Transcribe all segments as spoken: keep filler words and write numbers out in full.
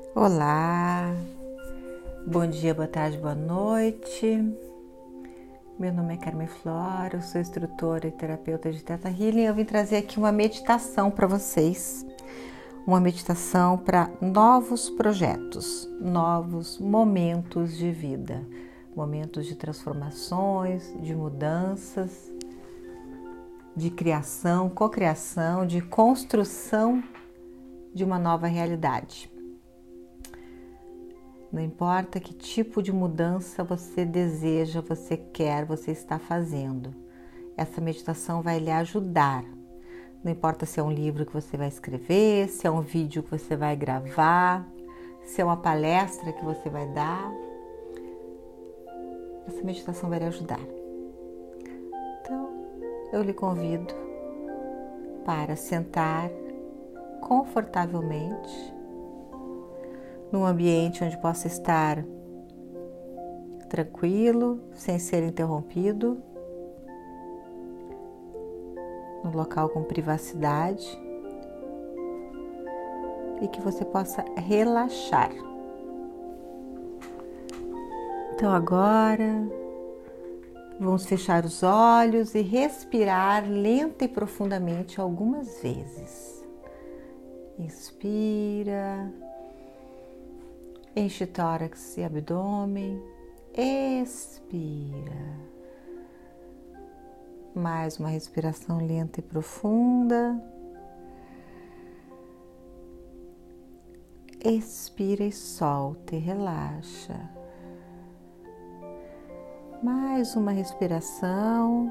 Olá, bom dia, boa tarde, boa noite. Meu nome é Carmen Flora, eu sou instrutora e terapeuta de Theta Healing. Eu vim trazer aqui uma meditação para vocês, uma meditação para novos projetos, novos momentos de vida, momentos de transformações, de mudanças, de criação, cocriação, de construção de uma nova realidade. Não importa que tipo de mudança você deseja, você quer, você está fazendo. Essa meditação vai lhe ajudar. Não importa se é um livro que você vai escrever, se é um vídeo que você vai gravar, se é uma palestra que você vai dar. Essa meditação vai lhe ajudar. Então, eu lhe convido para sentar confortavelmente num ambiente onde possa estar tranquilo, sem ser interrompido, num local com privacidade e que você possa relaxar. Então agora vamos fechar os olhos e respirar lenta e profundamente algumas vezes. Inspira. Enche tórax e abdômen, expira. Mais uma respiração lenta e profunda. Expira e solta e relaxa. Mais uma respiração.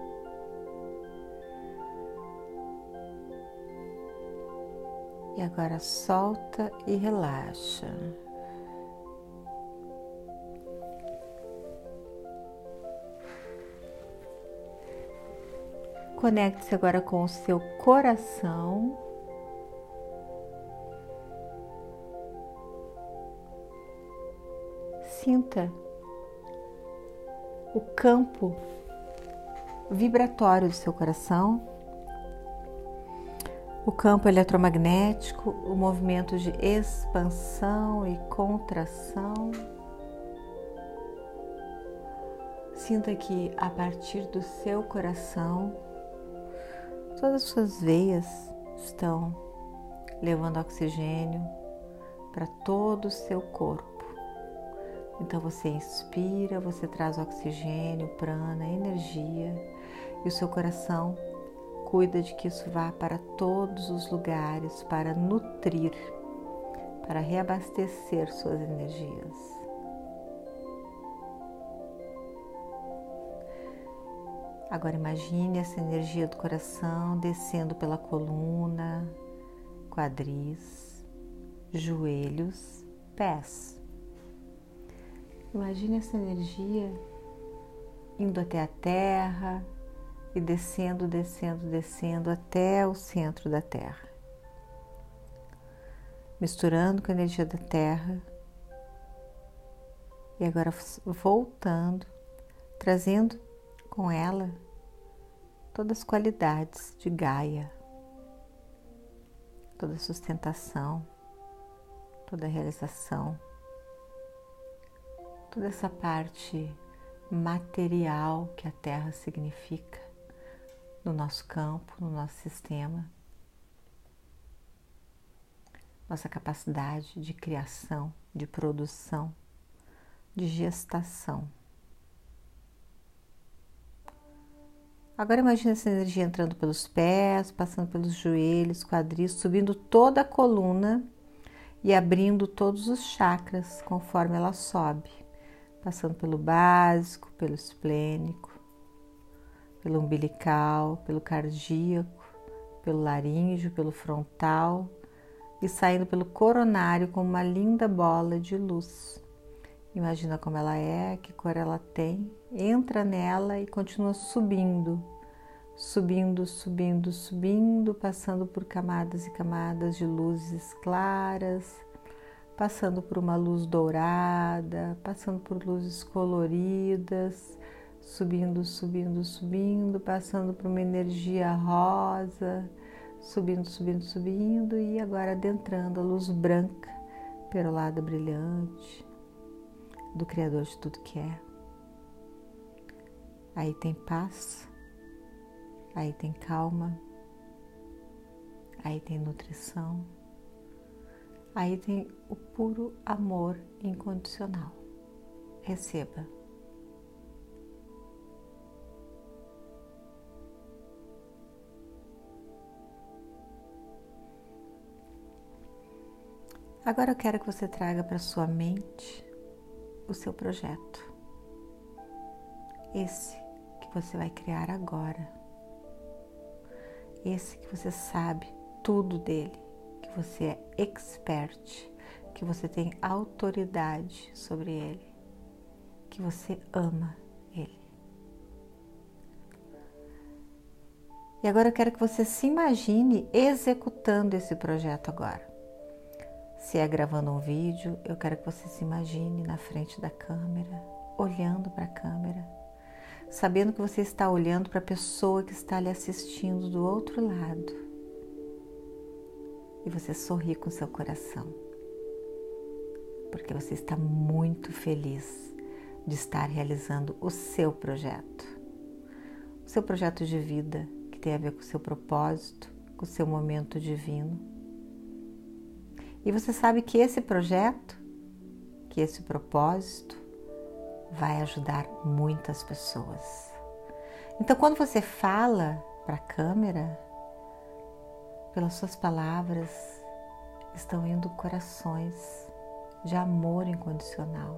E agora solta e relaxa. Conecte-se agora com o seu coração. Sinta o campo vibratório do seu coração, o campo eletromagnético, o movimento de expansão e contração. Sinta que a partir do seu coração, todas as suas veias estão levando oxigênio para todo o seu corpo. Então você inspira, você traz oxigênio, prana, energia, e o seu coração cuida de que isso vá para todos os lugares, para nutrir, para reabastecer suas energias. Agora imagine essa energia do coração descendo pela coluna, quadris, joelhos, pés. Imagine essa energia indo até a terra e descendo, descendo, descendo até o centro da terra. Misturando com a energia da terra e agora voltando, trazendo com ela todas as qualidades de Gaia, toda a sustentação, toda a realização, toda essa parte material que a Terra significa no nosso campo, no nosso sistema, nossa capacidade de criação, de produção, de gestação. Agora imagine essa energia entrando pelos pés, passando pelos joelhos, quadris, subindo toda a coluna e abrindo todos os chakras conforme ela sobe, passando pelo básico, pelo esplênico, pelo umbilical, pelo cardíaco, pelo laríngeo, pelo frontal e saindo pelo coronário como uma linda bola de luz. Imagina como ela é, que cor ela tem, entra nela e continua subindo, subindo, subindo, subindo, passando por camadas e camadas de luzes claras, passando por uma luz dourada, passando por luzes coloridas, subindo, subindo, subindo, passando por uma energia rosa, subindo, subindo, subindo e agora adentrando a luz branca, perolada brilhante do Criador de tudo que é. Aí tem paz, aí tem calma, aí tem nutrição, aí tem o puro amor incondicional. Receba. Agora eu quero que você traga para sua mente o seu projeto. Esse que você vai criar agora. Esse que você sabe tudo dele, que você é expert, que você tem autoridade sobre ele, que você ama ele. E agora eu quero que você se imagine executando esse projeto agora. Se é gravando um vídeo, eu quero que você se imagine na frente da câmera, olhando para a câmera, sabendo que você está olhando para a pessoa que está lhe assistindo do outro lado. E você sorri com seu coração, porque você está muito feliz de estar realizando o seu projeto. O seu projeto de vida, que tem a ver com o seu propósito, com o seu momento divino. E você sabe que esse projeto, que esse propósito, vai ajudar muitas pessoas. Então, quando você fala para a câmera, pelas suas palavras estão indo corações de amor incondicional.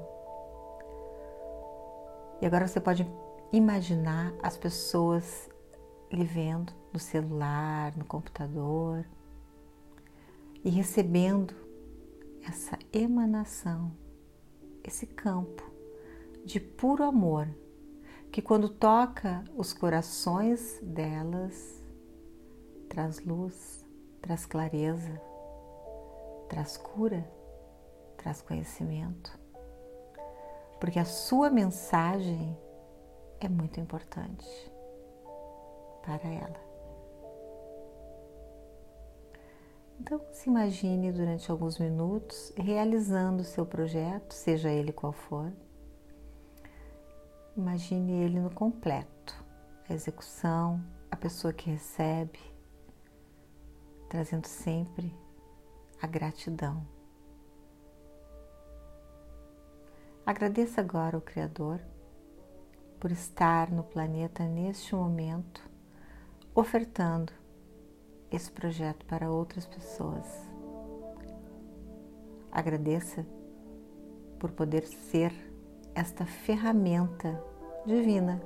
E agora você pode imaginar as pessoas lhe vendo no celular, no computador, e recebendo essa emanação, esse campo de puro amor, que quando toca os corações delas, traz luz, traz clareza, traz cura, traz conhecimento. Porque a sua mensagem é muito importante para ela. Então, se imagine durante alguns minutos realizando o seu projeto, seja ele qual for. Imagine ele no completo, a execução, a pessoa que recebe, trazendo sempre a gratidão. Agradeça agora ao Criador por estar no planeta neste momento, ofertando esse projeto para outras pessoas. Agradeça por poder ser esta ferramenta divina,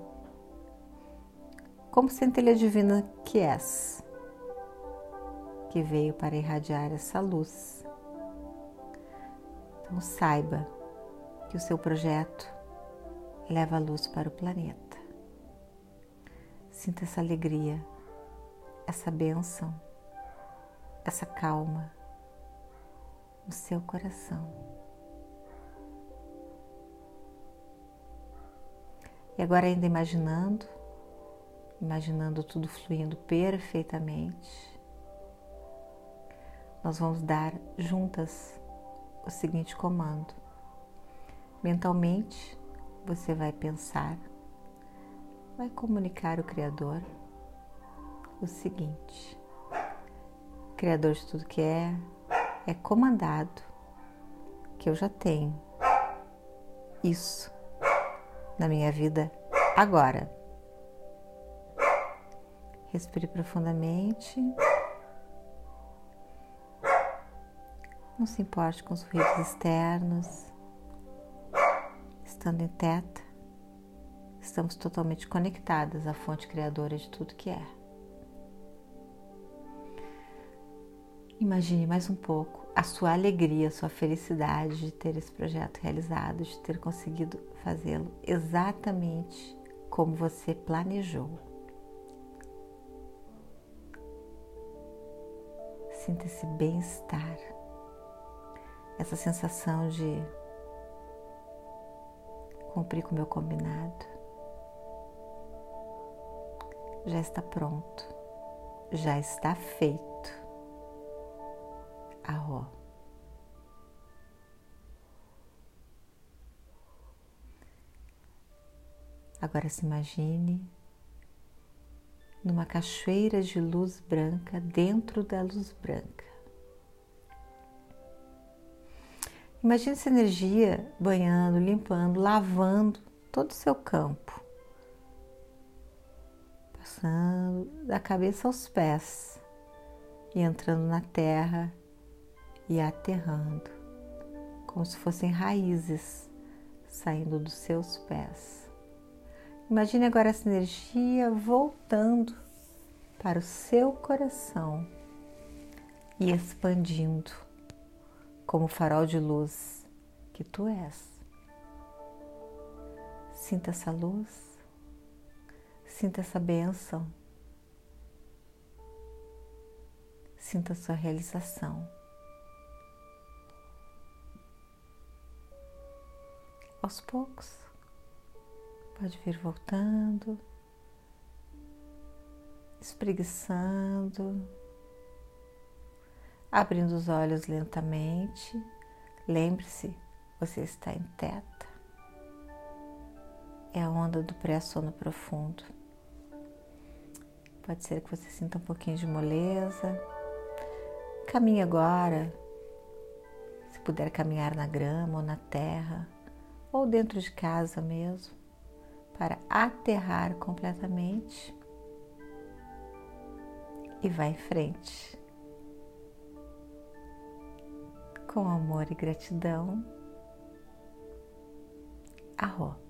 como centelha divina que és, que veio para irradiar essa luz. Então saiba que o seu projeto leva a luz para o planeta. Sinta essa alegria, essa bênção, essa calma no seu coração. E agora ainda imaginando, imaginando tudo fluindo perfeitamente, nós vamos dar juntas o seguinte comando. Mentalmente, você vai pensar, vai comunicar ao Criador o seguinte: Criador de tudo que é, é comandado que eu já tenho isso na minha vida agora. Respire profundamente. Não se importe com os ruídos externos. Estando em teta, estamos totalmente conectadas à fonte criadora de tudo que é. Imagine mais um pouco a sua alegria, a sua felicidade de ter esse projeto realizado, de ter conseguido fazê-lo exatamente como você planejou. Sinta esse bem-estar, essa sensação de cumprir com o meu combinado. Já está pronto, já está feito. Arro. Agora se imagine numa cachoeira de luz branca dentro da luz branca. Imagine essa energia banhando, limpando, lavando todo o seu campo, passando da cabeça aos pés e entrando na terra e aterrando, como se fossem raízes saindo dos seus pés. Imagine agora essa energia voltando para o seu coração e expandindo como o farol de luz que tu és. Sinta essa luz, sinta essa bênção, sinta a sua realização. Aos poucos, pode vir voltando, espreguiçando, abrindo os olhos lentamente. Lembre-se, você está em teta. É a onda do pré-sono profundo. Pode ser que você sinta um pouquinho de moleza. Caminhe agora, se puder caminhar na grama ou na terra, ou dentro de casa mesmo, para aterrar completamente. E vá em frente. Com amor e gratidão, Arro.